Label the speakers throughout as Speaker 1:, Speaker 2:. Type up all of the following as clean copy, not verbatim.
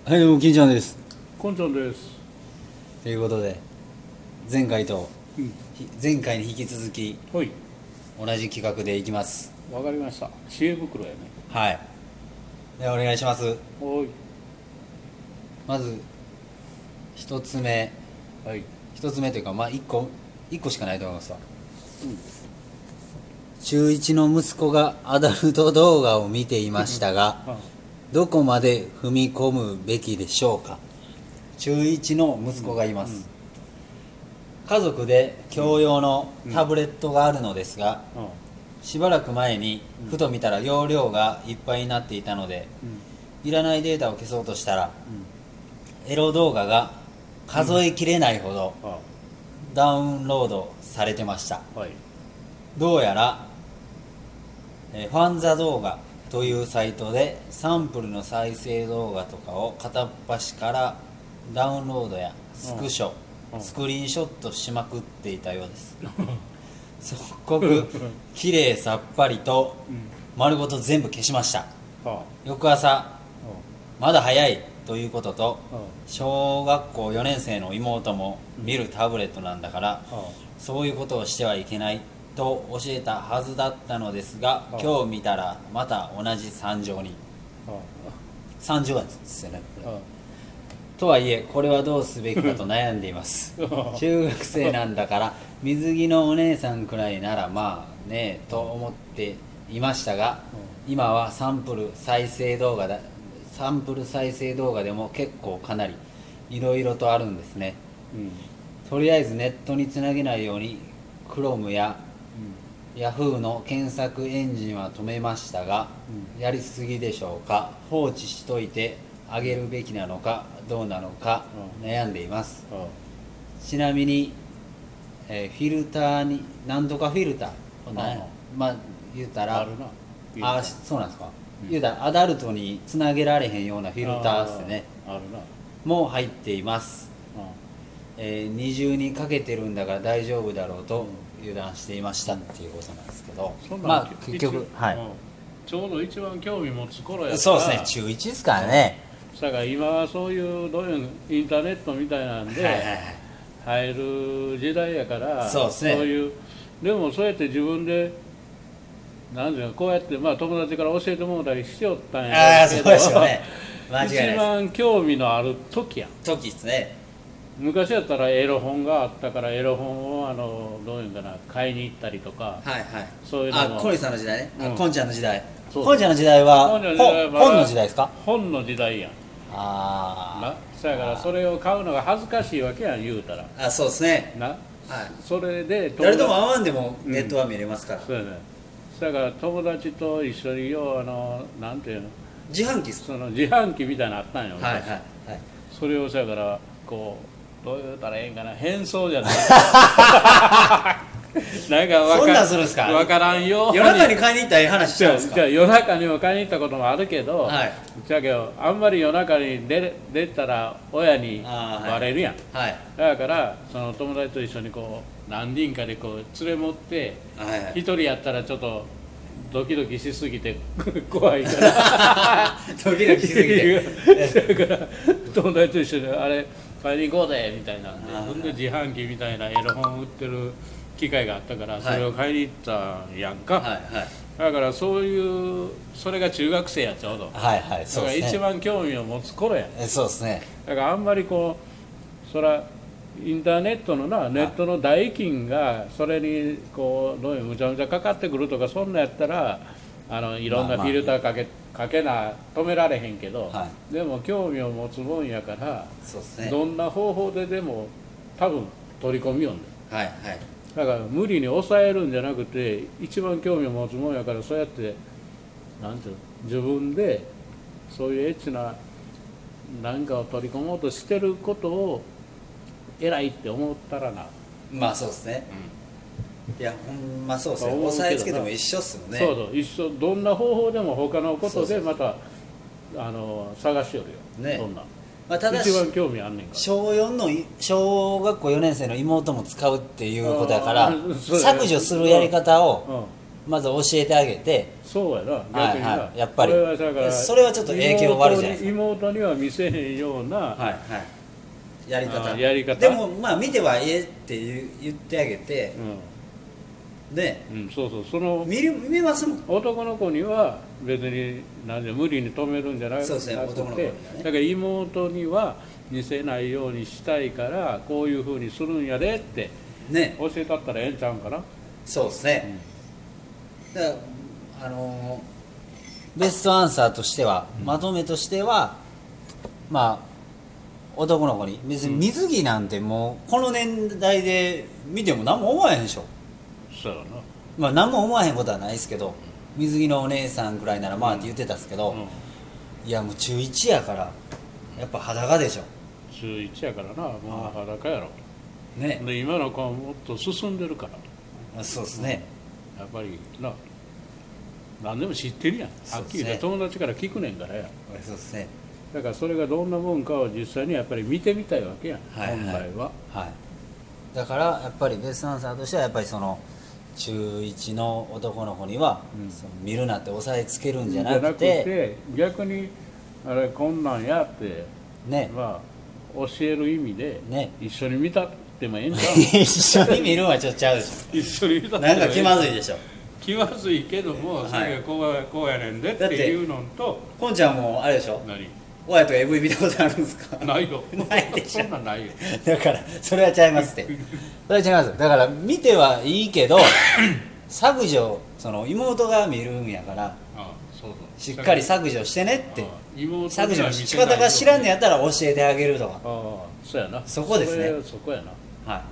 Speaker 1: はい、どうも、金ちゃんです。
Speaker 2: こんちゃんです。
Speaker 1: ということで、前回と、
Speaker 2: うん。
Speaker 1: 前回に引き続き、
Speaker 2: はい。
Speaker 1: 同じ企画でいきます。
Speaker 2: わかりました。知恵袋やね。
Speaker 1: はい。では、お願いします。
Speaker 2: おい。
Speaker 1: まず、一つ目。
Speaker 2: はい。
Speaker 1: 一つ目というか、まあ、一個しかないと思いますわ。
Speaker 2: うん。
Speaker 1: 中1の息子がアダルト動画を見ていましたが、
Speaker 2: あ、
Speaker 1: どこまで踏み込むべきでしょうか。中1の息子がいます。家族で共用のタブレットがあるのですが、
Speaker 2: うん。あ、
Speaker 1: しばらく前にふと見たら容量がいっぱいになっていたので、いらないデータを消そうとしたら、エロ動画が数えきれないほど
Speaker 2: あ、
Speaker 1: ダウンロードされてました。
Speaker 2: はい。
Speaker 1: どうやら、ファンザ動画というサイトでサンプルの再生動画とかを片っ端からダウンロードやスクショ、スクリーンショットしまくっていたようです。即刻きれいさっぱりと丸ごと全部消しました。
Speaker 2: あ、
Speaker 1: 翌朝、まだ早いということと、
Speaker 2: あ、
Speaker 1: 小学校4年生の妹も見るタブレットなんだから、そういうことをしてはいけないと教えたはずだったのですが、今日見たらまた同じ惨状に。惨状なんですよね、これ。とはいえ、これはどうすべきかと悩んでいます。中学生なんだから水着のお姉さんくらいならまあねと思っていましたが、今はサンプル再生動画でも結構かなりいろいろとあるんですね。
Speaker 2: うん。
Speaker 1: とりあえずネットにつなげないように Chrome や Yahoo の検索エンジンは止めましたが、やりすぎでしょうか。放置しといてあげるべきなのかどうなのか悩んでいます。
Speaker 2: あ、
Speaker 1: ちなみに、フィルターになんとかフィルター、まあ言うたら
Speaker 2: あるな。
Speaker 1: そうなんですか。言うたらアダルトにつなげられへんようなフィルターですね。
Speaker 2: あるな。
Speaker 1: もう入っています。二重にかけてるんだから大丈夫だろうと油断していましたっていうことなんですけど、
Speaker 2: そんなん
Speaker 1: まあ結局
Speaker 2: ちょうど一番興味持つ頃やった
Speaker 1: そうですね、中1ですからね。
Speaker 2: だから今はそういうどういうインターネットみたいなんで入る時代やから、
Speaker 1: そうですね。
Speaker 2: そういうでもそうやって自分でなんていうのこうやって友達から教えてもらったりしよったんやけど、
Speaker 1: そうですよね。間違いないです。
Speaker 2: 一番興味のある時やん。
Speaker 1: 時ですね。
Speaker 2: 昔やったらエロ本があったからエロ本をどういうんかな買いに行ったりとか、
Speaker 1: はいはい。
Speaker 2: そういうのも
Speaker 1: コニさんの時代ね。コンちゃんの時代。
Speaker 2: そう
Speaker 1: コンちゃんの時代は
Speaker 2: 本
Speaker 1: の時代ですか。
Speaker 2: 本の時代やんそやからそれを買うのが恥ずかしいわけやん言うたら
Speaker 1: そうですね。
Speaker 2: な、それで
Speaker 1: 誰とも会わんでもネットは見れますから。
Speaker 2: そうやね。だから友達と一緒になんていうの
Speaker 1: 自販機
Speaker 2: その自販機みたいなのあったんよ、
Speaker 1: はいはいはい。
Speaker 2: それをそやからこうどう言うたらええんかな変装じゃないなんか
Speaker 1: そんなんするんですか。
Speaker 2: 分からんように
Speaker 1: 夜中に買いに行ったらええ話しちゃうんですか。
Speaker 2: じゃあ夜中にも買いに行ったこともあるけど、
Speaker 1: はい。
Speaker 2: じゃけどあんまり夜中に出たら親にバレるやん、
Speaker 1: はい。
Speaker 2: だからその友達と一緒にこう何人かでこう連れ持って
Speaker 1: はいはい。
Speaker 2: 一人やったらちょっとドキドキしすぎて怖いから
Speaker 1: ドキドキしすぎて
Speaker 2: だから友達と一緒にあれ買いに行こうぜみたいなんで、ほんで自販機みたいなエロ本売ってる機会があったからそれを買いに行ったんやんか、
Speaker 1: はいはい。
Speaker 2: だからそういうそれが中学生やちょうど、
Speaker 1: はいはい。
Speaker 2: だ
Speaker 1: そうですね。
Speaker 2: から一番興味を持つ頃や。
Speaker 1: そうですね。
Speaker 2: だからあんまりこうそらインターネットのネットの代金がそれにこうどういうむちゃむちゃかかってくるとかそんなんやったらいろんなフィルターかけな止められへんけど、でも興味を持つもんやから、
Speaker 1: そうですね。
Speaker 2: どんな方法ででも多分取り込みよんで、
Speaker 1: はいはい。
Speaker 2: だから無理に抑えるんじゃなくて一番興味を持つもんやからそうやってなんていうの自分でそういうエッチな何かを取り込もうとしてることを偉いって思ったらな、
Speaker 1: まあそうですね。いやほんまそうですね。
Speaker 2: 思うけどな
Speaker 1: 押さえつけても一緒っすもんね。
Speaker 2: そうそう一緒どんな方法でも他のことでまた探しよるよ、
Speaker 1: ね
Speaker 2: そんな、
Speaker 1: まあ、ただ
Speaker 2: 一番興味あんねんから
Speaker 1: 小学校4年生の妹も使うっていうことやから
Speaker 2: そうや
Speaker 1: 削除するやり方をまず教えてあげて、
Speaker 2: そうやな、逆にな、
Speaker 1: はいはい、やっぱり
Speaker 2: これはだから
Speaker 1: それはちょっと影響悪いじゃないですか。
Speaker 2: 妹には見せへんような、
Speaker 1: はいはいやり方
Speaker 2: やり方
Speaker 1: でもまあ見てはええって言ってあげて、で、
Speaker 2: そうそう、その
Speaker 1: 見ますもん。
Speaker 2: 男の子には別になんで無理に止めるんじゃなくて、
Speaker 1: そうですね、男の子にはね。
Speaker 2: だから妹には見せないようにしたいからこういうふうにするんやでって
Speaker 1: ね、
Speaker 2: 教えたったらええんちゃうんかな。
Speaker 1: そうですね、だからベストアンサーとしては、まとめとしては、まあ男の子に別に水着なんてもうこの年代で見ても何も思わへんでしょ。
Speaker 2: そうやな。
Speaker 1: まあ何も思わへんことはないですけど、水着のお姉さんくらいならまあって言ってたんですけど、いやもう中1やからやっぱ裸でしょ。
Speaker 2: 中1やからな、もう裸やろ
Speaker 1: ね。
Speaker 2: で今の子はもっと進んでるから、
Speaker 1: そうですね、
Speaker 2: やっぱりな、何でも知ってるやん、はっきり言って友達から聞くねんからや。
Speaker 1: そうですね、
Speaker 2: だからそれがどんなもんかを実際にやっぱり見てみたいわけやん、
Speaker 1: はいはい、
Speaker 2: 本来は。
Speaker 1: はい、だからやっぱりベストアンサーとしてはやっぱりその中1の男の子には、その見るなって押さえつけるんじゃなくて、
Speaker 2: 逆にあれこんなんやって
Speaker 1: ね、
Speaker 2: まあ教える意味で、
Speaker 1: ね、
Speaker 2: 一緒に見たってもええんちゃう
Speaker 1: 一緒に見るのはちょっとちゃうでし
Speaker 2: 一緒に見た
Speaker 1: ょ。なんか気まずいでしょ。
Speaker 2: 気まずいけども、それがこうやねんでっていうのと、
Speaker 1: こんちゃんもあれでしょ、
Speaker 2: 何
Speaker 1: 親と AV 見たことあるんですか？
Speaker 2: ないよ
Speaker 1: ないでしょ。
Speaker 2: そんなんないよ。
Speaker 1: だからそれはちゃいますってそれは違います。だから見てはいいけど削除、その妹が見るんやから
Speaker 2: そうそう、
Speaker 1: しっかり削除してねって。
Speaker 2: 妹
Speaker 1: 削除の仕方が知らんのやったら教えてあげるとか、
Speaker 2: そうやな、
Speaker 1: そこですね。
Speaker 2: そこやな。
Speaker 1: はい、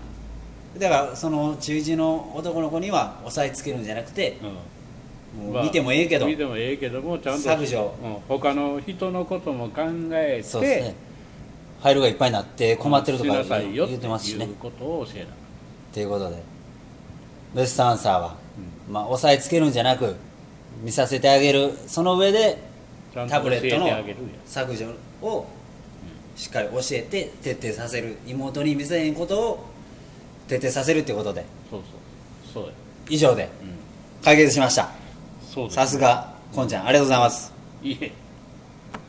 Speaker 1: だからその中1の男の子には押さえつけるんじゃなくて、もう見てもええけど、
Speaker 2: 見てもええけどもちゃんと
Speaker 1: 削除、
Speaker 2: 他の人のことも考えて、
Speaker 1: そうですね、ファイルがいっぱいになって困ってるとか
Speaker 2: しなさいよ
Speaker 1: 言ってますしね。
Speaker 2: っていうことを教えな。
Speaker 1: ということでベストアンサーは、まあ、押さえつけるんじゃなく見させてあげる、その上でタブレットの削除をしっかり教えて徹底させる、妹に見せへんことを徹底させるっていうことで、
Speaker 2: そうや、
Speaker 1: 以上で解決しました。
Speaker 2: そうです。
Speaker 1: さすがこんちゃん、ありがとうございます。
Speaker 2: いえ。